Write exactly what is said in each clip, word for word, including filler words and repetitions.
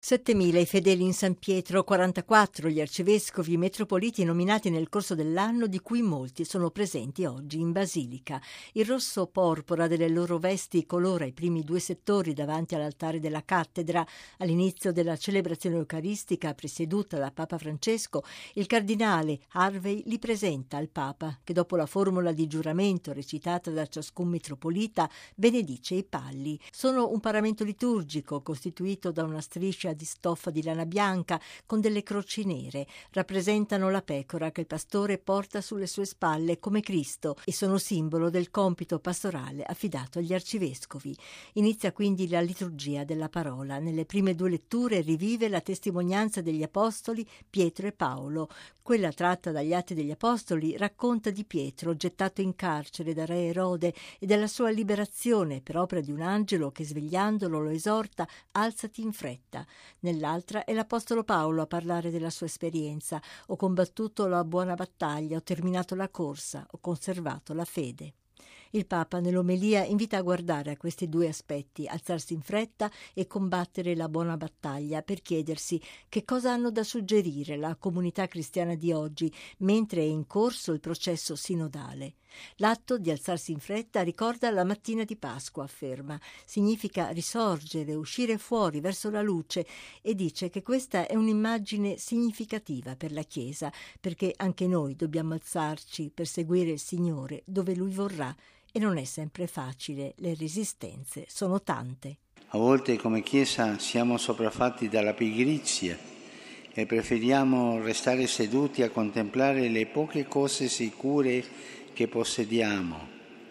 settemila i fedeli in San Pietro, quarantaquattro gli arcivescovi metropoliti nominati nel corso dell'anno, di cui molti sono presenti oggi in Basilica. Il rosso porpora delle loro vesti colora i primi due settori davanti all'altare della cattedra. All'inizio della celebrazione eucaristica presieduta da Papa Francesco, il cardinale Harvey li presenta al Papa, che dopo la formula di giuramento recitata da ciascun metropolita benedice i palli. Sono un paramento liturgico costituito da una striscia di stoffa di lana bianca con delle croci nere. Rappresentano la pecora che il pastore porta sulle sue spalle come Cristo e sono simbolo del compito pastorale affidato agli arcivescovi. Inizia quindi la liturgia della parola. Nelle prime due letture rivive la testimonianza degli apostoli Pietro e Paolo. Quella tratta dagli Atti degli Apostoli racconta di Pietro gettato in carcere da re Erode e della sua liberazione per opera di un angelo che, svegliandolo, lo esorta: alzati in fretta. Nell'altra è l'apostolo Paolo a parlare della sua esperienza: ho combattuto la buona battaglia, ho terminato la corsa, ho conservato la fede. Il Papa nell'omelia invita a guardare a questi due aspetti: alzarsi in fretta e combattere la buona battaglia, per chiedersi che cosa hanno da suggerire la comunità cristiana di oggi mentre è in corso il processo sinodale. L'atto di alzarsi in fretta ricorda la mattina di Pasqua, afferma. Significa risorgere, uscire fuori verso la luce, e dice che questa è un'immagine significativa per la Chiesa, perché anche noi dobbiamo alzarci per seguire il Signore dove Lui vorrà. E non è sempre facile, le resistenze sono tante. A volte come Chiesa siamo sopraffatti dalla pigrizia e preferiamo restare seduti a contemplare le poche cose sicure che possediamo,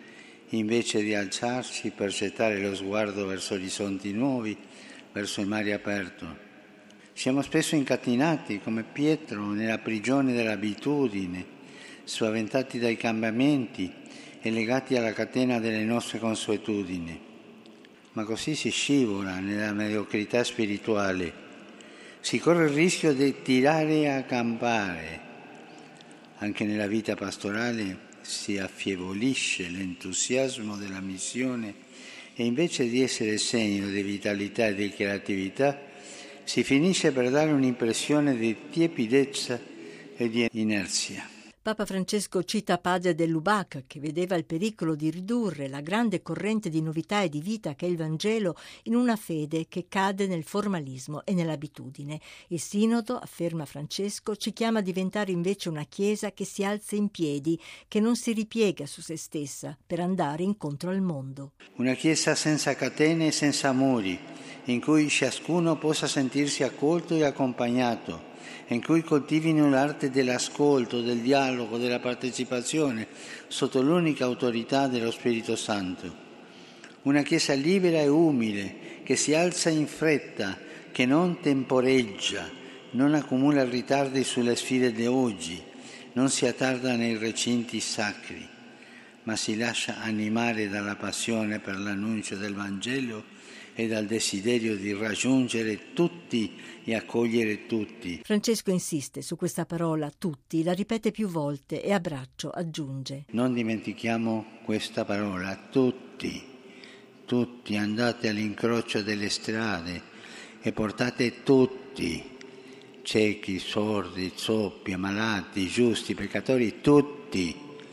invece di alzarci per gettare lo sguardo verso orizzonti nuovi, verso il mare aperto. Siamo spesso incatenati come Pietro nella prigione dell'abitudine, spaventati dai cambiamenti e legati alla catena delle nostre consuetudini. Ma così si scivola nella mediocrità spirituale, si corre il rischio di tirare a campare. Anche nella vita pastorale si affievolisce l'entusiasmo della missione e invece di essere segno di vitalità e di creatività si finisce per dare un'impressione di tiepidezza e di inerzia. Papa Francesco cita padre del Lubac, che vedeva il pericolo di ridurre la grande corrente di novità e di vita che è il Vangelo in una fede che cade nel formalismo e nell'abitudine. Il Sinodo, afferma Francesco, ci chiama a diventare invece una Chiesa che si alza in piedi, che non si ripiega su se stessa per andare incontro al mondo. Una Chiesa senza catene e senza muri, in cui ciascuno possa sentirsi accolto e accompagnato, in cui coltivino l'arte dell'ascolto, del dialogo, della partecipazione sotto l'unica autorità dello Spirito Santo. Una Chiesa libera e umile, che si alza in fretta, che non temporeggia, non accumula ritardi sulle sfide di oggi, non si attarda nei recinti sacri, ma si lascia animare dalla passione per l'annuncio del Vangelo e dal desiderio di raggiungere tutti e accogliere tutti. Francesco insiste su questa parola tutti, la ripete più volte e a braccio aggiunge: non dimentichiamo questa parola, tutti, tutti, andate all'incrocio delle strade e portate tutti, ciechi, sordi, zoppi, ammalati, giusti, peccatori, tutti,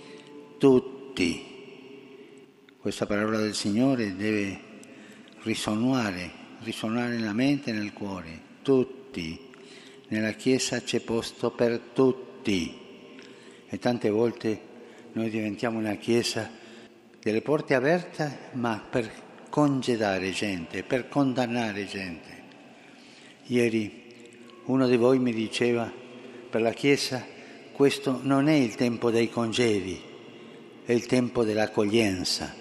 tutti. Questa parola del Signore deve risuonare, risuonare nella mente e nel cuore. Tutti. Nella Chiesa c'è posto per tutti. E tante volte noi diventiamo una Chiesa delle porte aperte, ma per congedare gente, per condannare gente. Ieri uno di voi mi diceva: per la Chiesa questo non è il tempo dei congedi, è il tempo dell'accoglienza.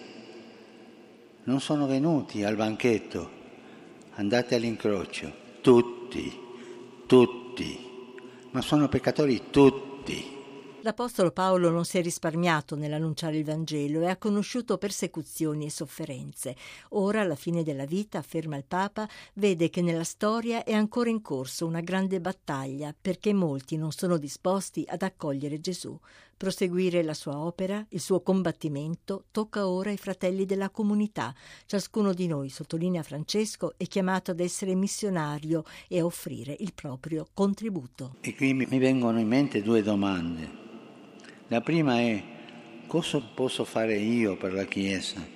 Non sono venuti al banchetto, andate all'incrocio, tutti, tutti, ma sono peccatori tutti. L'Apostolo Paolo non si è risparmiato nell'annunciare il Vangelo e ha conosciuto persecuzioni e sofferenze. Ora, alla fine della vita, afferma il Papa, vede che nella storia è ancora in corso una grande battaglia perché molti non sono disposti ad accogliere Gesù. Proseguire la sua opera, il suo combattimento, tocca ora ai fratelli della comunità. Ciascuno di noi, sottolinea Francesco, è chiamato ad essere missionario e a offrire il proprio contributo. E qui mi vengono in mente due domande. La prima è: cosa posso fare io per la Chiesa?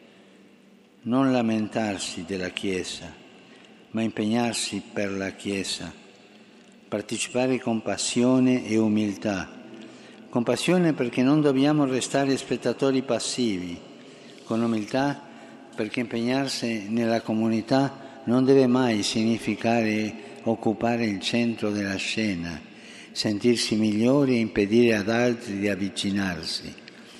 Non lamentarsi della Chiesa, ma impegnarsi per la Chiesa, partecipare con passione e umiltà. Compassione perché non dobbiamo restare spettatori passivi, con umiltà perché impegnarsi nella comunità non deve mai significare occupare il centro della scena, sentirsi migliori e impedire ad altri di avvicinarsi.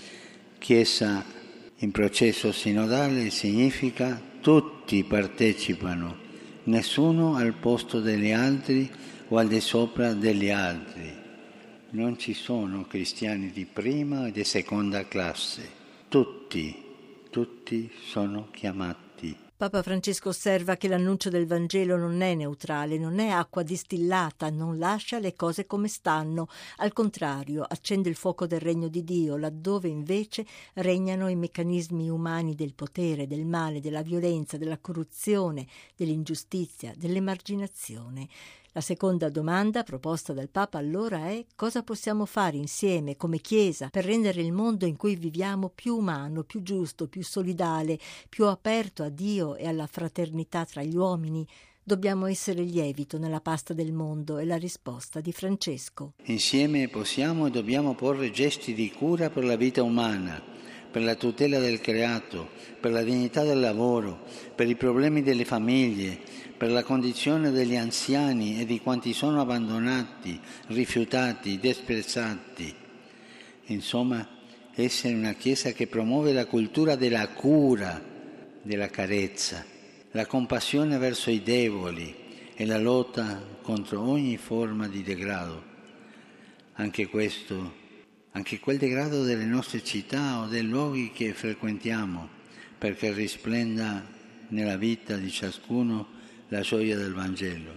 Chiesa in processo sinodale significa tutti partecipano, nessuno al posto degli altri o al di sopra degli altri. Non ci sono cristiani di prima e di seconda classe. Tutti, tutti sono chiamati. Papa Francesco osserva che l'annuncio del Vangelo non è neutrale, non è acqua distillata, non lascia le cose come stanno. Al contrario, accende il fuoco del regno di Dio, laddove invece regnano i meccanismi umani del potere, del male, della violenza, della corruzione, dell'ingiustizia, dell'emarginazione. La seconda domanda proposta dal Papa allora è: cosa possiamo fare insieme come Chiesa per rendere il mondo in cui viviamo più umano, più giusto, più solidale, più aperto a Dio e alla fraternità tra gli uomini? Dobbiamo essere lievito nella pasta del mondo, è la risposta di Francesco. Insieme possiamo e dobbiamo porre gesti di cura per la vita umana, per la tutela del creato, per la dignità del lavoro, per i problemi delle famiglie, per la condizione degli anziani e di quanti sono abbandonati, rifiutati, disprezzati. Insomma, essere una Chiesa che promuove la cultura della cura, della carezza, la compassione verso i deboli e la lotta contro ogni forma di degrado. Anche questo, anche quel degrado delle nostre città o dei luoghi che frequentiamo, perché risplenda nella vita di ciascuno la gioia del Vangelo.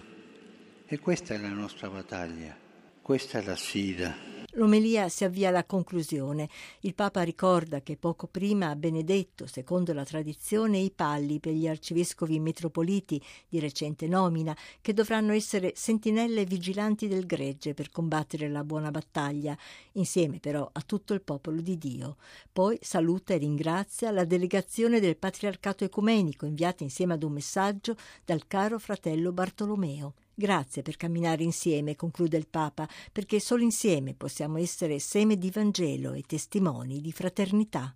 E questa è la nostra battaglia, questa è la sfida. L'omelia si avvia alla conclusione. Il Papa ricorda che poco prima ha benedetto, secondo la tradizione, i palli per gli arcivescovi metropoliti di recente nomina, che dovranno essere sentinelle vigilanti del gregge per combattere la buona battaglia, insieme però a tutto il popolo di Dio. Poi saluta e ringrazia la delegazione del Patriarcato Ecumenico, inviata insieme ad un messaggio dal caro fratello Bartolomeo. Grazie per camminare insieme, conclude il Papa, perché solo insieme possiamo essere seme di Vangelo e testimoni di fraternità.